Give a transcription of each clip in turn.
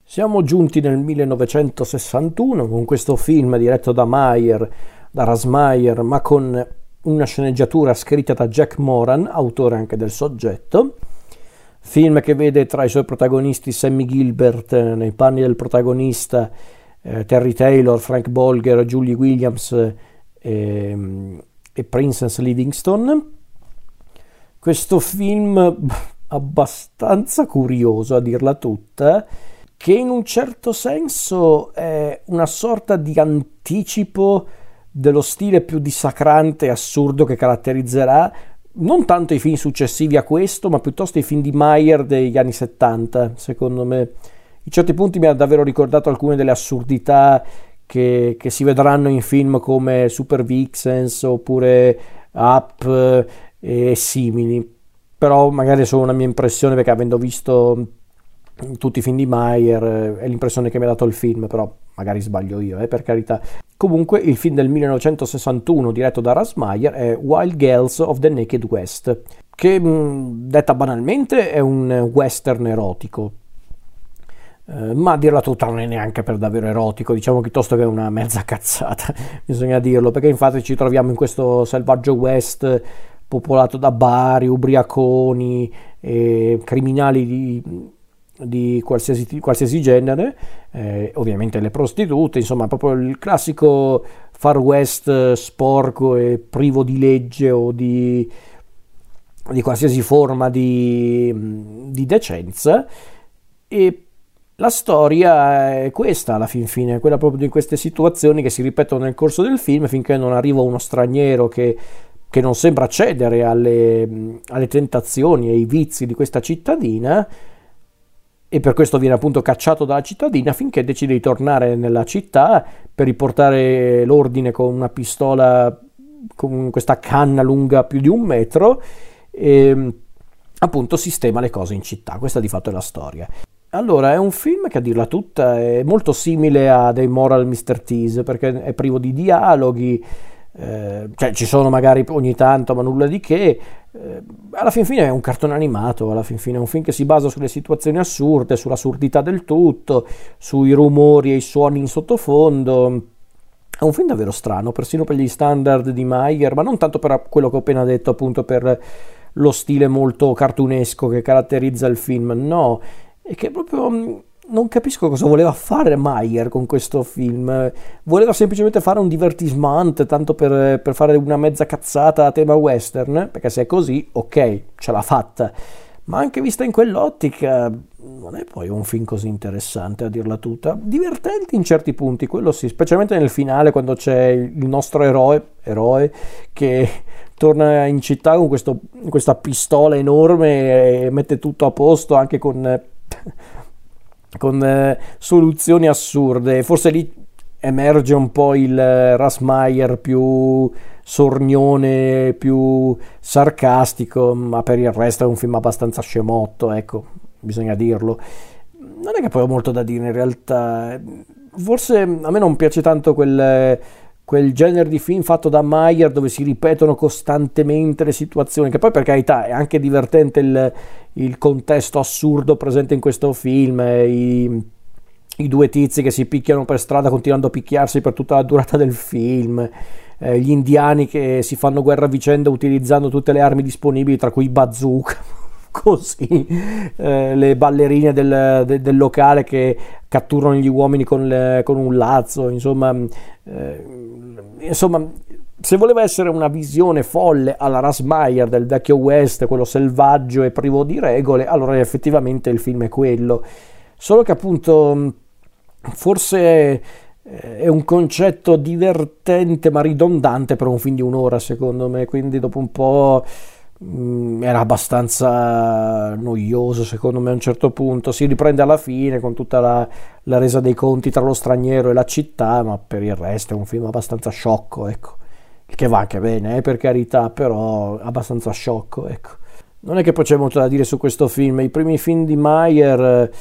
Siamo giunti nel 1961 con questo film diretto da Russ Meyer, ma con una sceneggiatura scritta da Jack Moran, autore anche del soggetto. Film che vede tra i suoi protagonisti Sammy Gilbert nei panni del protagonista, Terry Taylor, Frank Bolger, Julie Williams e Princess Livingston. Questo film abbastanza curioso, a dirla tutta, che in un certo senso è una sorta di anticipo dello stile più dissacrante e assurdo che caratterizzerà non tanto i film successivi a questo, ma piuttosto i film di Meyer degli anni 70, secondo me. In certi punti mi ha davvero ricordato alcune delle assurdità che si vedranno in film come Super Vixens oppure Up e simili. Però magari è solo una mia impressione, perché avendo visto tutti i film di Meyer è l'impressione che mi ha dato il film, però magari sbaglio io, per carità. Comunque il film del 1961 diretto da Russ Meyer è Wild Girls of the Naked West, che detta banalmente è un western erotico, ma a dirla tutta non è neanche per davvero erotico, diciamo piuttosto che è una mezza cazzata, bisogna dirlo, perché infatti ci troviamo in questo selvaggio west popolato da bari, ubriaconi e criminali di qualsiasi genere, ovviamente le prostitute, insomma proprio il classico far west sporco e privo di legge o di qualsiasi forma di decenza. E la storia è questa alla fin fine, quella proprio di queste situazioni che si ripetono nel corso del film finché non arriva uno straniero che non sembra cedere alle tentazioni e ai vizi di questa cittadina, e per questo viene appunto cacciato dalla cittadina finché decide di tornare nella città per riportare l'ordine con una pistola con questa canna lunga più di 1 metro e appunto sistema le cose in città. Questa di fatto è la storia. Allora, è un film che a dirla tutta è molto simile a dei Moral Mr. Tease, perché è privo di dialoghi, cioè ci sono magari ogni tanto, ma nulla di che. Alla fin fine è un cartone animato, alla fin fine è un film che si basa sulle situazioni assurde, sull'assurdità del tutto, sui rumori e i suoni in sottofondo. È un film davvero strano, persino per gli standard di Meyer, ma non tanto per quello che ho appena detto, appunto per lo stile molto cartunesco che caratterizza il film, no, è che proprio non capisco cosa voleva fare Meyer con questo film. Voleva semplicemente fare un divertissement, tanto per fare una mezza cazzata a tema western, perché se è così, ok, ce l'ha fatta. Ma anche vista in quell'ottica, non è poi un film così interessante, a dirla tutta. Divertente in certi punti, quello sì, specialmente nel finale, quando c'è il nostro eroe che torna in città con questa pistola enorme e mette tutto a posto, anche con soluzioni assurde. Forse lì emerge un po' il Russ Meyer più sornione, più sarcastico, ma per il resto è un film abbastanza scemotto, ecco, bisogna dirlo. Non è che poi ho molto da dire in realtà. Forse a me non piace tanto quel genere di film fatto da Meyer dove si ripetono costantemente le situazioni, che poi per carità è anche divertente il contesto assurdo presente in questo film, i 2 tizi che si picchiano per strada continuando a picchiarsi per tutta la durata del film, gli indiani che si fanno guerra a vicenda utilizzando tutte le armi disponibili, tra cui bazooka, così, le ballerine del locale che catturano gli uomini con un lazzo, insomma, se voleva essere una visione folle alla Russ Meyer del vecchio West, quello selvaggio e privo di regole, allora effettivamente il film è quello. Solo che appunto forse è un concetto divertente ma ridondante per un film di 1 ora, secondo me, quindi dopo un po' era abbastanza noioso, secondo me. A un certo punto si riprende alla fine con tutta la resa dei conti tra lo straniero e la città, ma per il resto è un film abbastanza sciocco, ecco, il che va anche bene, per carità, però abbastanza sciocco, ecco. Non è che poi c'è molto da dire su questo film. I primi film di Meyer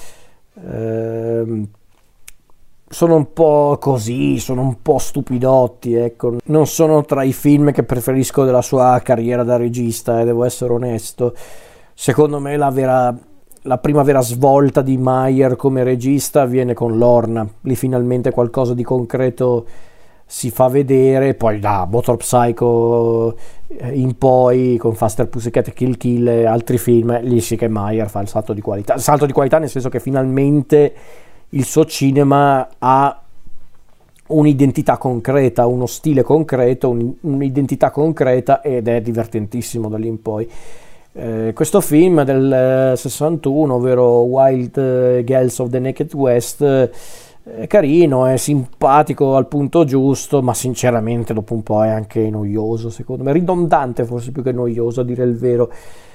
sono un po' così, sono un po' stupidotti, ecco. Non sono tra i film che preferisco della sua carriera da regista, devo essere onesto. Secondo me la la prima vera svolta di Meyer come regista avviene con Lorna, lì finalmente qualcosa di concreto si fa vedere, poi da Motor Psycho in poi con Faster Pussycat Kill Kill e altri film, lì sì che Meyer fa il salto di qualità nel senso che finalmente il suo cinema ha un'identità concreta, uno stile concreto, un'identità concreta, ed è divertentissimo da lì in poi. Questo film del 61, ovvero Wild Girls of the Naked West, è carino, è simpatico al punto giusto, ma sinceramente dopo un po' è anche noioso, secondo me, ridondante forse più che noioso, a dire il vero.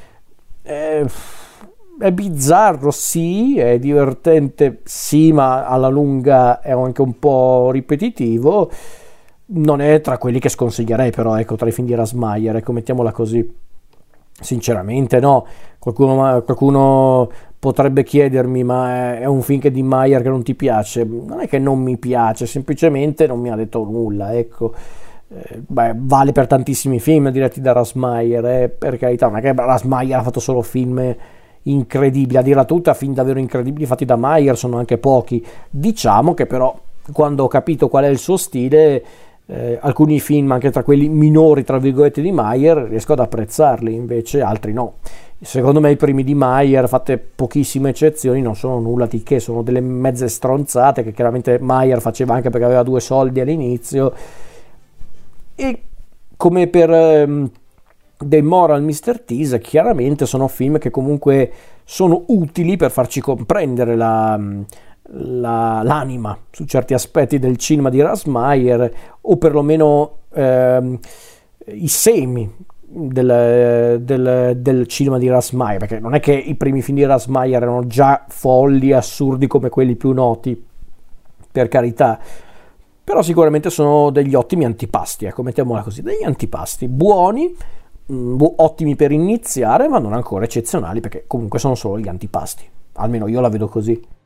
È bizzarro, sì, è divertente, sì, ma alla lunga è anche un po' ripetitivo. Non è tra quelli che sconsiglierei, però, ecco, tra i film di Rasmayer, ecco, mettiamola così. Sinceramente no, qualcuno potrebbe chiedermi, ma è un film che di Meyer che non ti piace? Non è che non mi piace, semplicemente non mi ha detto nulla, ecco. Vale per tantissimi film diretti da Rasmayer, per carità, non è che Rasmayer ha fatto solo film incredibili, a dirla tutta, film davvero incredibili fatti da Meyer sono anche pochi. Diciamo che però quando ho capito qual è il suo stile, alcuni film, anche tra quelli minori tra virgolette di Meyer, riesco ad apprezzarli, invece altri no. Secondo me i primi di Meyer, fatte pochissime eccezioni, non sono nulla di che, sono delle mezze stronzate che chiaramente Meyer faceva anche perché aveva 2 soldi all'inizio. E come per The Moral Mr. Tease, chiaramente sono film che comunque sono utili per farci comprendere l'anima su certi aspetti del cinema di Rasmayer, o perlomeno i semi del cinema di Rasmayer, perché non è che i primi film di Rasmayer erano già folli, assurdi come quelli più noti, per carità, però sicuramente sono degli ottimi antipasti, ecco, mettiamola così, degli antipasti buoni, ottimi per iniziare, ma non ancora eccezionali, perché comunque sono solo gli antipasti, almeno io la vedo così.